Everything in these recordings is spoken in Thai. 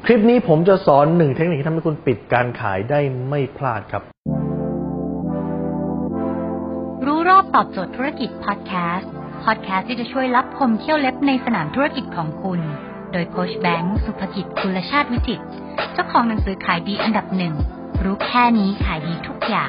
คลิปนี้ผมจะสอน1เทคนิคที่ทำให้คุณปิดการขายได้ไม่พลาดครับรู้รอบตอบโจทย์ธุรกิจพอดแคสต์ที่จะช่วยลับคมเที่ยวเล็บในสนามธุรกิจของคุณโดยโค้ชแบงค์สุภกิจกุลชาติวิจิตรเจ้าของหนังสือขายดีอันดับ1รู้แค่นี้ขายดีทุกอย่าง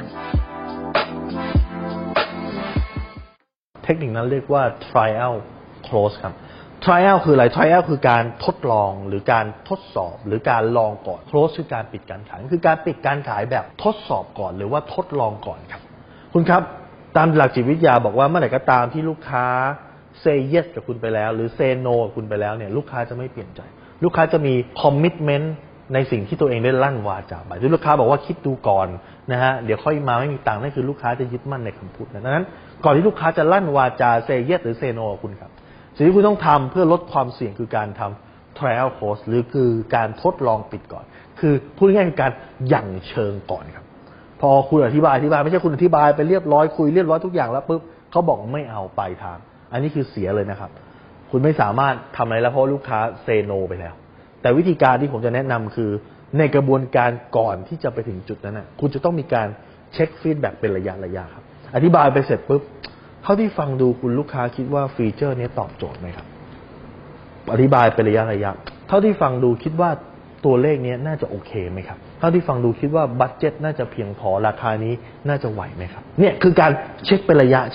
เทคนิคนั้นเรียกว่า trial close ครับ trial คืออะไร trial คือการทดลองหรือการทดสอบหรือการลองก่อน close คือการปิดการขายคือการปิดการขายแบบทดสอบก่อนหรือว่าทดลองก่อนครับคุณครับตามหลักจิตวิทยาบอกว่าเมื่อไหร่ก็ตามที่ลูกค้า say yes กับคุณไปแล้วหรือ say no กับคุณไปแล้วเนี่ยลูกค้าจะไม่เปลี่ยนใจลูกค้าจะมี commitment ในสิ่งที่ตัวเองได้ลั่นวาจาไปที่ลูกค้าบอกว่าคิดดูก่อนนะฮะเดี๋ยวค่อยมาไม่มีตังค์นั่นคือลูกค้าจะยึดมั่นในคำพูดดังนั้นก่อนที่ลูกค้าจะลั่นวาจา say yes หรือ say no กับคุณครับสิ่งที่คุณต้องทำเพื่อลดความเสี่ยงคือการทำ trial close หรือคือการทดลองปิดก่อนคือพูดง่ายๆคือการหยั่งเชิงก่อนครับพอคุณอธิบายไม่ใช่คุณอธิบายไปเรียบร้อยคุยเรียบร้อยทุกอย่างแล้วปุ๊บเขาบอกไม่เอาไปทางอันนี้คือเสียเลยนะครับคุณไม่สามารถทำอะไรแล้วเพราะลูกค้าเซโนไปแล้วแต่วิธีการที่ผมจะแนะนำคือในกระบวนการก่อนที่จะไปถึงจุดนั้นนะคุณจะต้องมีการเช็คฟีดแบ็กเป็นระยะครับอธิบายไปเสร็จปุ๊บเท่าที่ฟังดูคุณลูกค้าคิดว่าฟีเจอร์นี้ตอบโจทย์ไหมครับอธิบายเป็นระยะเท่าที่ฟังดูคิดว่าตัวเลขนี้น่าจะโอเคไหมครับเท่าที่ฟังดูคิดว่าบัดเจ็ตน่าจะเพียงพอราคานี้น่าจะไหวไหมครับเนี่ยคือการเช็คเป็นระยะ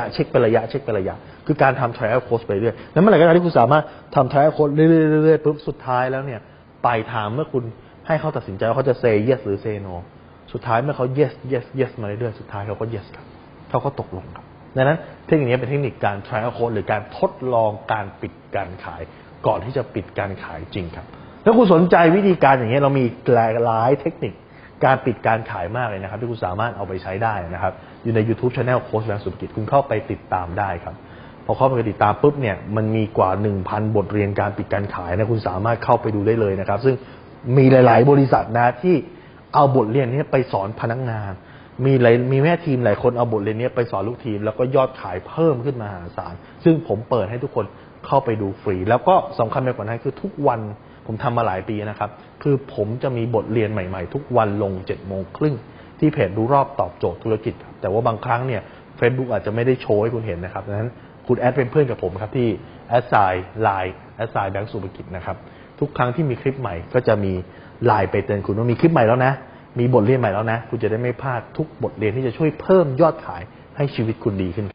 คือการทำ trial close ไปเรื่อยแล้วเมื่อไหร่ก็ตามที่คุณสามารถทำ trial closeเรื่อยปุ๊บสุดท้ายแล้วเนี่ยปลายทางเมื่อคุณให้เขาตัดสินใจว่าเขาจะ say yes หรือ say no สุดท้ายเมื่อเขา yes มาเรื่อยสุดท้ายเขาก็ yes ครับเขาก็ตกลงครับดังนั้นเทคนิคนี้เป็นเทคนิคการ trial close หรือการทดลองการปิดการขายก่อนที่จะปิดการขายจริงครับถ้าคุณสนใจวิธีการอย่างนี้เรามีหลายเทคนิคการปิดการขายมากเลยนะครับที่คุณสามารถเอาไปใช้ได้นะครับอยู่ใน YouTube Channel โค้ชแบงค์สุภกิจคุณเข้าไปติดตามได้ครับพอเข้าไปติดตามปุ๊บเนี่ยมันมีกว่า 1,000 บทเรียนการปิดการขายนะคุณสามารถเข้าไปดูได้เลยนะครับซึ่งมีหลายๆบริษัทนะที่เอาบทเรียนนี้ไปสอนพนักงานมีแม่ทีมหลายคนเอาบทเรียนนี้ไปสอนลูกทีมแล้วก็ยอดขายเพิ่มขึ้นมหาศาลซึ่งผมเปิดให้ทุกคนเข้าไปดูฟรีแล้วก็สำคัญไปกว่านั้นคือทุกวันผมทำมาหลายปีนะครับคือผมจะมีบทเรียนใหม่ๆทุกวันลง 7:30 นที่เพจรู้รอบตอบโจทย์ธุรกิจแต่ว่าบางครั้งเนี่ย Facebook อาจจะไม่ได้โชว์ให้คุณเห็นนะครับดังนั้นคุณแอดเป็นเพื่อนกับผมครับที่@lineแบงค์สุภกิจนะครับทุกครั้งที่มีคลิปใหม่ก็จะมีไลน์ไปเตือนคุณว่ามีคลิปใหม่แล้วนะมีบทเรียนใหม่แล้วนะคุณจะได้ไม่พลาดทุกบทเรียนที่จะช่วยเพิ่มยอดขายให้ชีวิตคุณดีขึ้น